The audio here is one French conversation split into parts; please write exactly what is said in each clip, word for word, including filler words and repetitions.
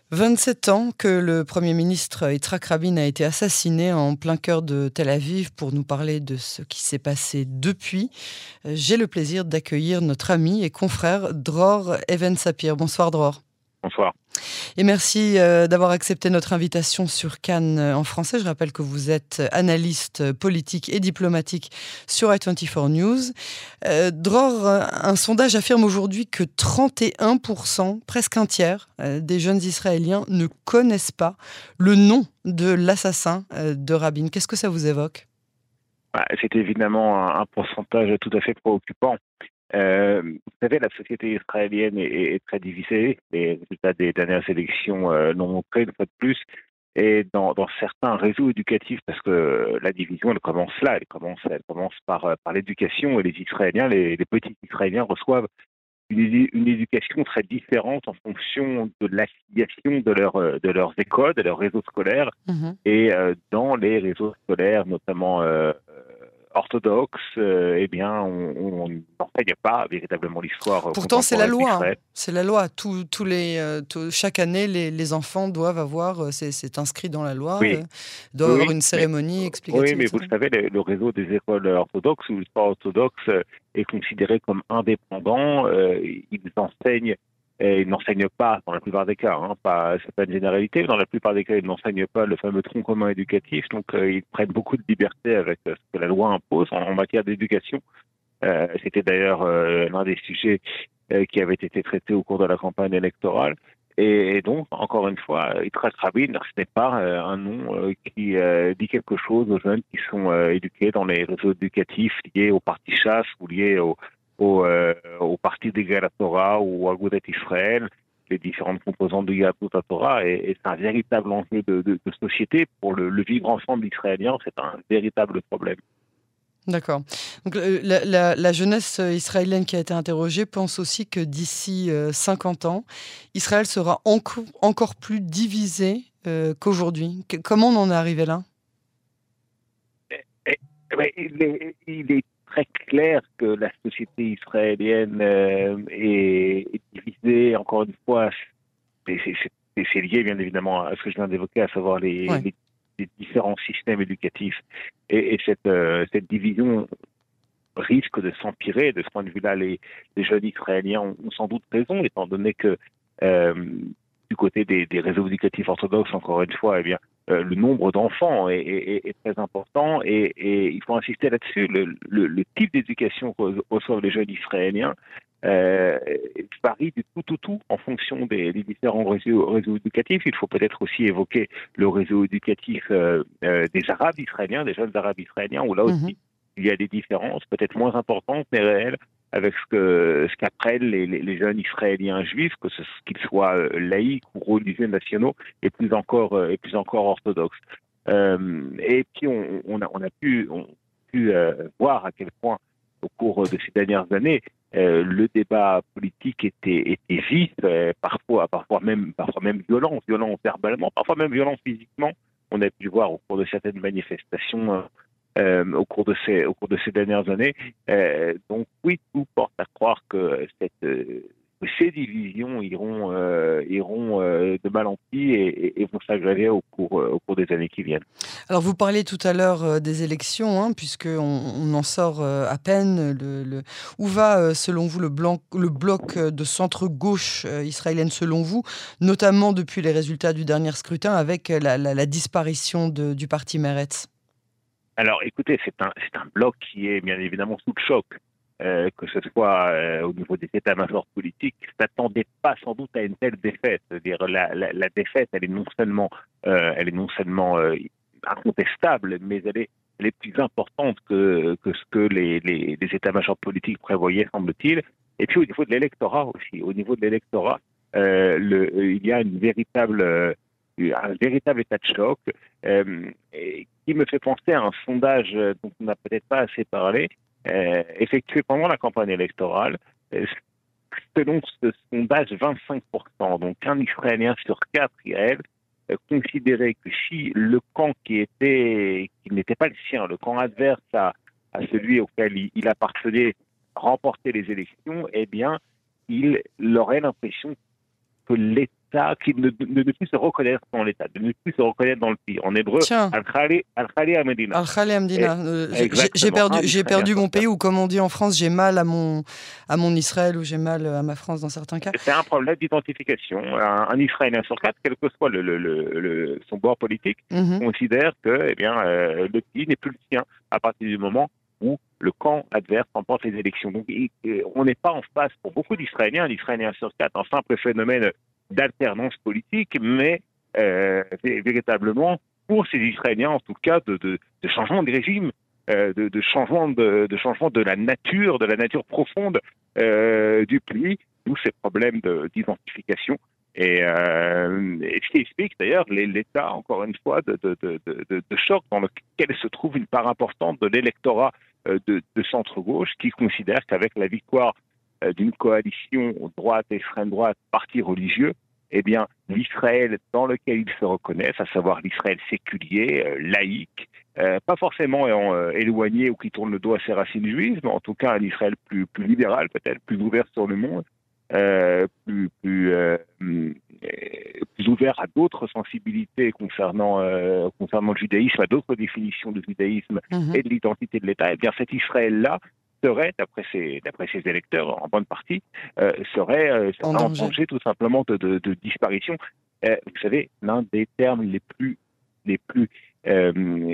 vingt-sept ans que le Premier ministre Yitzhak Rabin a été assassiné en plein cœur de Tel Aviv. Pour nous parler de ce qui s'est passé depuis, euh, j'ai le plaisir d'accueillir notre ami et confrère Dror Even-Sapir. Bonsoir Dror. Bonsoir. Et merci euh, d'avoir accepté notre invitation sur Cannes euh, en français. Je rappelle que vous êtes analyste politique et diplomatique sur i vingt-quatre News. Euh, Dror, un sondage affirme aujourd'hui que trente et un pour cent, presque un tiers, euh, des jeunes Israéliens ne connaissent pas le nom de l'assassin euh, de Rabin. Qu'est-ce que ça vous évoque ? Bah, c'est évidemment un, un pourcentage tout à fait préoccupant. Euh, vous savez, la société israélienne est, est- est très divisée. Les résultats des dernières élections euh, l'ont montré une fois de plus. Et dans, dans certains réseaux éducatifs, parce que la division, elle commence là, elle commence, elle commence par, euh, par l'éducation. Et les Israéliens, les, les petits Israéliens reçoivent une, édu- une éducation très différente en fonction de l'affiliation de, leur, euh, de leurs écoles, de leurs réseaux scolaires. Mhm. Et euh, dans les réseaux scolaires, notamment euh, orthodoxes, euh, eh bien, on on n'enseigne pas véritablement l'histoire euh, Pourtant, c'est la contemporaine loi. hein. d'Israël. C'est la loi. Tous, tous les, euh, tous- chaque année, les, les enfants doivent avoir, euh, c'est, c'est inscrit dans la loi, Oui, euh, doivent oui, avoir oui, une mais cérémonie euh, oui, explicative, mais vous le et cetera. savez, le, le réseau des écoles orthodoxes ou l'histoire orthodoxe euh, est considéré comme indépendant. Euh, ils enseignent, et ils n'enseignent pas dans la plupart des cas. Hein, pas, c'est pas une généralité. Mais dans la plupart des cas, ils n'enseignent pas le fameux tronc commun éducatif. Donc, euh, ils prennent beaucoup de liberté avec euh, ce que la loi impose en, en matière d'éducation. Euh, c'était d'ailleurs euh, l'un des sujets euh, qui avait été traité au cours de la campagne électorale. Et, et donc, encore une fois, Yitzhak Rabin, ce n'est pas euh, un nom euh, qui euh, dit quelque chose aux jeunes qui sont euh, éduqués dans les réseaux éducatifs liés au parti chasse ou liés au, au, euh, au parti des Torah ou à Agudat Israël, les différentes composantes de Yahudut Torah. Et, et c'est un véritable enjeu de, de, de société pour le, le vivre ensemble israélien. C'est un véritable problème. D'accord. Donc, euh, la, la- la jeunesse euh, israélienne qui a été interrogée pense aussi que d'ici euh, cinquante ans, Israël sera enco- encore plus divisé euh, qu'aujourd'hui. Que- comment on en est arrivé là ? Eh, eh, il, est, il est très clair que la société israélienne euh, est, est divisée, encore une fois, c'est c'est- c'est- c'est lié bien évidemment à ce que je viens d'évoquer, à savoir les, Ouais. les- les différents systèmes éducatifs. Et, et cette, euh, cette division risque de s'empirer. De ce point de vue-là, les, les jeunes Israéliens ont, ont sans doute raison, étant donné que euh, du côté des, des réseaux éducatifs orthodoxes, encore une fois, eh bien, euh, le nombre d'enfants est, est- est très important et, et il faut insister là-dessus. Le, le- le type d'éducation que reçoivent les jeunes Israéliens euh, varie du tout, tout, tout en fonction des, des différents réseaux, réseaux éducatifs. Il faut peut-être aussi évoquer le réseau éducatif euh, euh, des Arabes israéliens, des jeunes Arabes israéliens, où là Mhm. aussi, il y a des différences, peut-être moins importantes, mais réelles, avec ce que ce qu'apprennent les, les, les jeunes Israéliens juifs, que ce qu'ils soient euh, laïcs ou religieux nationaux, et plus encore euh, et plus encore orthodoxes. Euh, et puis on, on, a, on a pu, on a pu euh, voir à quel point, au cours de ces dernières années, euh, le débat politique était, était vif, euh, parfois, parfois même, parfois même violent, violent verbalement, parfois même violent physiquement. On a pu voir au cours de certaines manifestations. Euh, euh, au cours de ces au cours de ces dernières années. Euh, donc oui, tout porte à croire que cette euh, que ces divisions iront euh, iront euh, de mal en pis et, et, et vont s'aggraver au cours euh, au cours des années qui viennent. Alors, vous parliez tout à l'heure euh, des élections, hein, puisqu'on on en sort euh, à peine. Le, le- Où va, euh, selon vous, le, blanc, le bloc euh, de centre-gauche euh, israélienne, selon vous, notamment depuis les résultats du dernier scrutin, avec euh, la, la- la disparition de- du parti Meretz ? Alors écoutez, c'est un c'est un bloc qui est bien évidemment sous le choc. Euh, que ce soit euh, au niveau des états-majors politiques, s'attendait pas sans doute à une telle défaite. C'est-à-dire la, la, la défaite, elle est non seulement, euh, elle est non seulement euh, incontestable, mais elle est, elle est plus importante que, que ce que les, les, les états-majors politiques prévoyaient, semble-t-il. Et puis au niveau de l'électorat aussi, au niveau de l'électorat, euh, le, il y a une véritable, euh, un véritable état de choc euh, et qui me fait penser à un sondage dont on n'a peut-être pas assez parlé, euh, effectué pendant la campagne électorale. Euh, selon ce sondage, vingt-cinq pour cent, donc un Israélien sur quatre, Yael, euh, considérait que si le camp qui était, qui n'était pas le sien, le camp adverse à, à celui auquel il, il appartenait, remportait les élections, eh bien, il aurait l'impression que l'État, qui ne, ne, ne plus se reconnaître dans l'État, de ne plus se reconnaître dans le pays. En hébreu, Tiens, Al-Khali Al-Khali Al-Medina. Al-Khali Amdina. Euh, j'ai- j'ai j'ai Exactement, perdu, un j'ai Israélien perdu sur mon pays, quatre. ou comme on dit en France, j'ai mal à mon, à mon Israël, ou j'ai mal à ma France dans certains cas. C'est un problème d'identification. Un, un Israélien sur quatre, quel que soit le, le, le, le, son bord politique, Mhm. considère que eh bien, euh, le pays n'est plus le sien à partir du moment où le camp adverse remporte les élections. Donc, il, on n'est pas en face, pour beaucoup d'Israéliens, un Israélien sur quatre, un simple phénomène d'alternance politique, mais euh, véritablement, pour ces Israéliens, en tout cas, de, de, de changement de régime, euh, de, de, changement de, de changement de la nature, de la nature profonde euh, du pays, tous ces problèmes d'identification. Et, euh, et ce qui explique d'ailleurs l'état, encore une fois, de, de, de, de, de choc dans lequel se trouve une part importante de l'électorat de, de centre-gauche qui considère qu'avec la victoire d'une coalition droite, extrême droite, parti religieux, eh bien, l'Israël dans lequel ils se reconnaissent, à savoir l'Israël séculier, euh, laïque, euh, pas forcément euh, éloigné ou qui tourne le dos à ses racines juives, mais en tout cas un Israël plus, plus libéral peut-être, plus ouvert sur le monde, euh, plus, plus, euh, plus ouvert à d'autres sensibilités concernant, euh, concernant le judaïsme, à d'autres définitions du judaïsme mmh. et de l'identité de l'État, eh bien cet Israël-là serait, d'après ses, d'après ses électeurs, en bonne partie, euh, serait, euh, serait en, en danger tout simplement de, de, de disparition. Euh, vous savez, l'un des termes les plus, les plus, euh,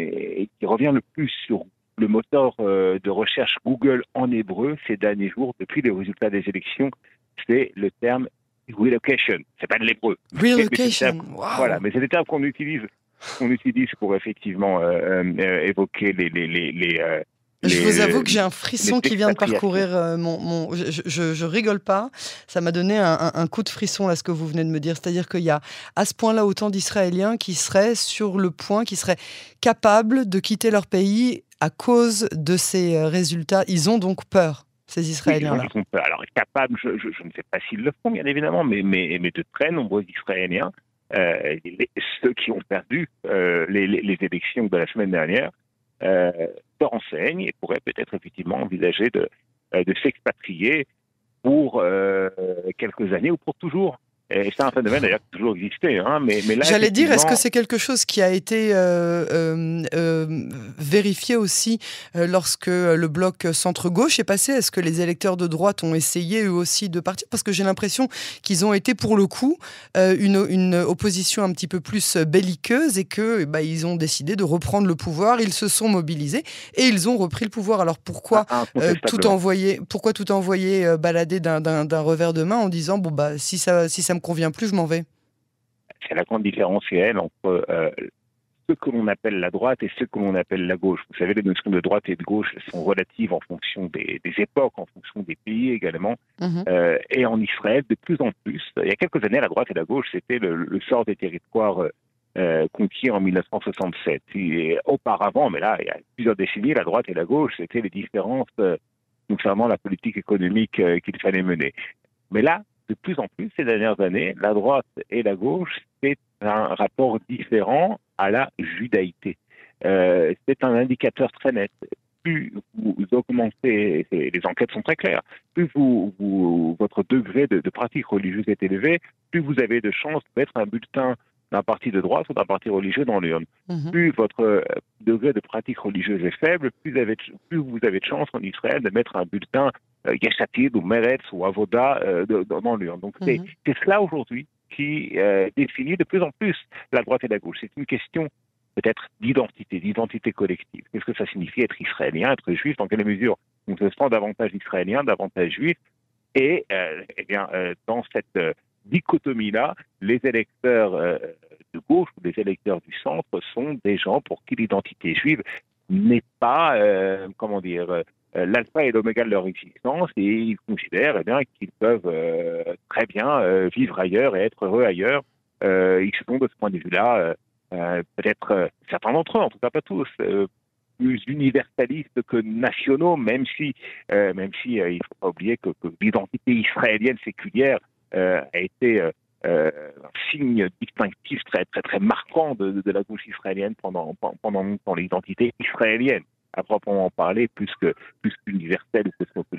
qui revient le plus sur le moteur euh, de recherche Google en hébreu ces derniers jours, depuis les résultats des élections, c'est le terme relocation. C'est pas de l'hébreu. Relocation. Mais, mais wow. Voilà, mais c'est des termes qu'on utilise, qu'on utilise pour effectivement euh, euh, évoquer les, les, les, les euh, Je Les, vous avoue que j'ai un frisson qui vient de parcourir euh, mon... mon je, je, je rigole pas, ça m'a donné un, un, un coup de frisson là ce que vous venez de me dire, c'est-à-dire qu'il y a à ce point-là autant d'Israéliens qui seraient sur le point, qui seraient capables de quitter leur pays à cause de ces résultats. Ils ont donc peur, ces Israéliens-là. Oui, ils ont peur. Alors, capables, je, je, je ne sais pas s'ils le font, bien évidemment, mais, mais, mais de très nombreux Israéliens, euh, les, ceux qui ont perdu euh, les, les, les élections de la semaine dernière, Euh, se renseignent et pourraient peut-être effectivement envisager de, euh, de s'expatrier pour euh, quelques années ou pour toujours. Et c'est un phénomène d'ailleurs qui a toujours existé. Hein, mais, mais là, J'allais dire, est-ce que c'est effectivement... quelque chose qui a été euh, euh, euh, vérifié aussi euh, lorsque le bloc centre-gauche est passé? Est-ce que les électeurs de droite ont essayé eux aussi de partir? Parce que j'ai l'impression qu'ils ont été pour le coup euh, une, une opposition un petit peu plus belliqueuse et que bah, ils ont décidé de reprendre le pouvoir. Ils se sont mobilisés et ils ont repris le pouvoir. Alors pourquoi ah, euh, tout envoyer, pourquoi tout envoyer euh, balader d'un, d'un, d'un revers de main en disant bon bah si ça si ça me convient plus, je m'en vais? C'est la grande différence réelle entre euh, ce que l'on appelle la droite et ce que l'on appelle la gauche. Vous savez, les notions de droite et de gauche sont relatives en fonction des, des époques, en fonction des pays également. Mmh. Euh, et en Israël, de plus en plus, il y a quelques années, la droite et la gauche, c'était le, le sort des territoires euh, conquis en mille neuf cent soixante-sept. Et auparavant, mais là, il y a plusieurs décennies, la droite et la gauche, c'était les différences euh, concernant la politique économique euh, qu'il fallait mener. Mais là, de plus en plus, ces dernières années, la droite et la gauche, c'est un rapport différent à la judaïté. Euh, c'est un indicateur très net. Plus vous augmentez, les enquêtes sont très claires, plus vous, vous, votre degré de, de pratique religieuse est élevé, plus vous avez de chances de mettre un bulletin d'un parti de droite ou d'un parti religieux dans l'urne. Mmh. Plus votre degré de pratique religieuse est faible, plus vous avez, plus vous avez de chances en Israël de mettre un bulletin euh, Yesh Atid ou Meretz ou Avoda euh, de, de, dans l'urne. Donc mmh. c'est, c'est cela aujourd'hui qui euh, définit de plus en plus la droite et la gauche. C'est une question peut-être d'identité, d'identité collective. Qu'est-ce que ça signifie être israélien, être juif? Dans quelle mesure on se sent davantage israélien, davantage juif? Et euh, eh bien, euh, dans cette euh, dichotomie-là, les électeurs euh, de gauche ou les électeurs du centre sont des gens pour qui l'identité juive n'est pas, euh, comment dire, euh, l'alpha et l'oméga de leur existence, et ils considèrent eh bien, qu'ils peuvent euh, très bien euh, vivre ailleurs et être heureux ailleurs. Euh, ils sont de ce point de vue-là, euh, euh, peut-être euh, certains d'entre eux, en tout cas pas tous, euh, plus universalistes que nationaux, même si, euh, même si euh, il ne faut pas oublier que, que l'identité israélienne séculière euh, a été euh, euh, un signe distinctif très très très marquant de, de la gauche israélienne pendant pendant longtemps, l'identité israélienne à proprement parler, plus que plus qu'universelle ou cosmopolite.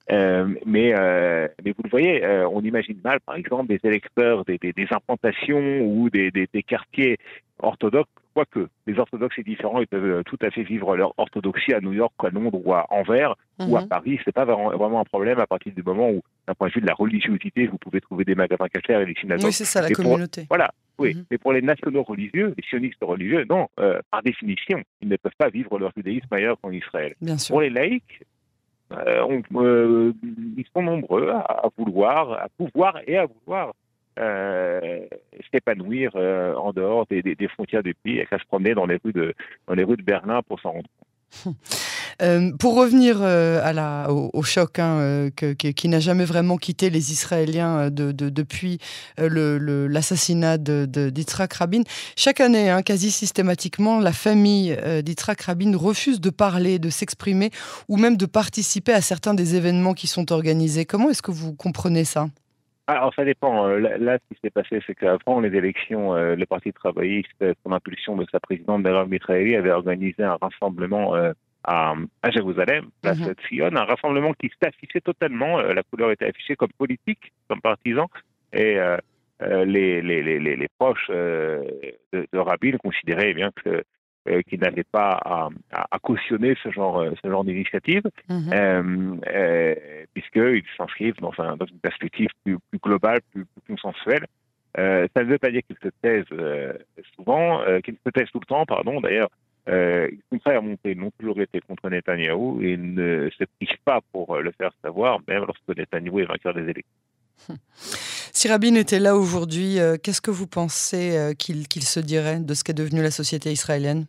Euh, mais, euh, mais vous le voyez, euh, on imagine mal, par exemple, des électeurs, des, des, des implantations ou des, des, des quartiers orthodoxes, quoique les orthodoxes c'est différent, ils peuvent tout à fait vivre leur orthodoxie à New York, à Londres ou à Anvers ou à Mhm. Paris. C'est pas vraiment, vraiment un problème à partir du moment où, d'un point de vue de la religiosité, vous pouvez trouver des magasins cachers et des Oui, synagogues. c'est ça, la Et pour, communauté. voilà, oui. Mhm. Mais pour les nationaux religieux, les sionistes religieux, non, euh, par définition, ils ne peuvent pas vivre leur judaïsme ailleurs qu'en Israël. Bien sûr. Pour les laïcs, euh, on, euh, ils sont nombreux à, à vouloir, à pouvoir et à vouloir euh, s'épanouir euh, en dehors des, des, des frontières du pays et qu'à se promener dans les rues de, dans les rues de Berlin pour s'en rendre. Euh, pour revenir euh, à la, au, au choc hein, euh, que, que- qui n'a jamais vraiment quitté les Israéliens euh, de, de- depuis euh, le- le- l'assassinat de, de- d'Yitzhak Rabin, chaque année, hein, quasi systématiquement, la famille euh, d'Yitzhak Rabin refuse de parler, de s'exprimer ou même de participer à certains des événements qui sont organisés. Comment est-ce que vous comprenez ça? Alors ça dépend. Euh, Là, là, ce qui s'est passé, c'est qu'avant les élections, euh, le Parti travailliste, euh, sous l'impulsion de sa présidente Merav Mitraeli, avait organisé un rassemblement euh, à, à Jérusalem, place Mhm. Tzion, un rassemblement qui s'affichait totalement. Euh, la couleur était affichée comme politique, comme partisan, et euh, euh, les, les, les, les, les proches euh, de, de Rabin considéraient eh bien que euh, qu'ils n'avaient pas à, à, à cautionner ce genre, euh, ce genre d'initiative Mhm. euh, euh, puisqu'ils s'inscrivent dans, un, dans une perspective plus, plus globale, plus, plus consensuelle. Euh, ça ne veut pas dire qu'ils se taisent euh, souvent, euh, qu'ils se taisent tout le temps, pardon. D'ailleurs, euh, ils sont prêts à monter, ils ont toujours été contre Netanyahou et ils ne se privent pas pour euh, le faire savoir, même lorsque Netanyahou est vainqueur des élections. Si Rabin était là aujourd'hui, euh, qu'est-ce que vous pensez euh, qu'il qu'il se dirait de ce qu'est devenue la société israélienne?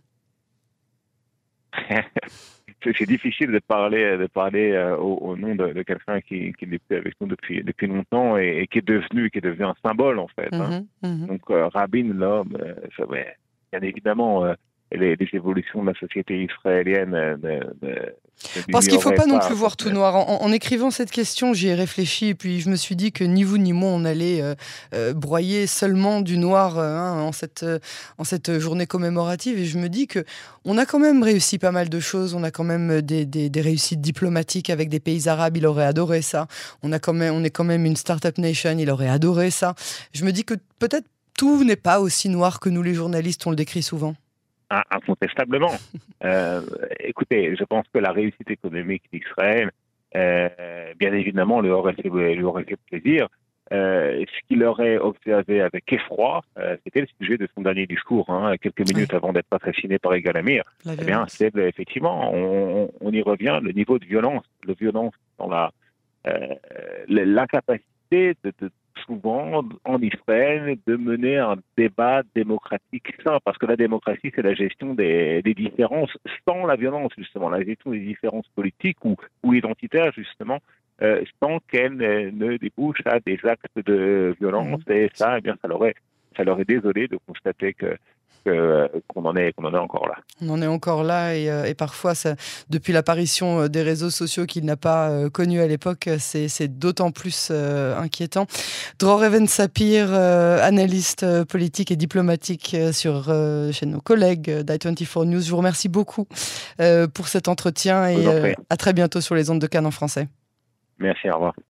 c'est c'est difficile de parler, de parler euh, au, au nom de, de quelqu'un qui, qui n'est plus avec nous depuis, depuis longtemps et, et qui est devenu, qui est devenu un symbole en fait. Hein. Mhm. Mhm. Donc euh, Rabin, l'homme, euh, ça, ouais, bien évidemment, euh, les, les évolutions de la société israélienne euh, ne, ne, ne Parce qu'il ne faut l'ignoraient pas non pas. plus voir tout noir. En, en- en écrivant cette question, j'y ai réfléchi et puis je me suis dit que ni vous ni moi, on allait euh, euh, broyer seulement du noir euh, hein, en, cette, euh, en cette journée commémorative. Et je me dis que on a quand même réussi pas mal de choses. On a quand même des, des- des réussites diplomatiques avec des pays arabes. Il aurait adoré ça. On, a quand même, on est quand même une start-up nation. Il aurait adoré ça. Je me dis que peut-être tout n'est pas aussi noir que nous, les journalistes, on le décrit souvent. Incontestablement. Euh, écoutez, je pense que la réussite économique d'Israël, euh, bien évidemment, lui aurait fait, lui aurait fait plaisir. Euh, ce qu'il aurait observé avec effroi, euh, c'était le sujet de son dernier discours, hein, quelques minutes Oui, avant d'être assassiné par Egal Amir. la Eh bien, violence. c'est effectivement, on, on y revient, le niveau de violence, de violence dans la euh, l'incapacité de, de, souvent en Israël de mener un débat démocratique sain, parce que la démocratie, c'est la gestion des, des différences sans la violence, justement, la gestion des différences politiques ou, ou identitaires, justement, euh, sans qu'elles ne, ne débouchent à des actes de violence. Mhm. Et ça, eh bien, ça l'aurait, ça l'aurait désolé de constater que que, qu'on en est qu'on en est encore là. On en est encore là et, euh, et parfois, ça, depuis l'apparition euh, des réseaux sociaux qu'il n'a pas euh, connus à l'époque, euh, c'est, c'est d'autant plus euh, inquiétant. Dror Even Sapir, euh, analyste euh, politique et diplomatique euh, sur, euh, chez nos collègues euh, d'i vingt-quatre News, je vous remercie beaucoup euh, pour cet entretien Je vous et en euh, prie. à très bientôt sur les ondes de Cannes en français. Merci, au revoir.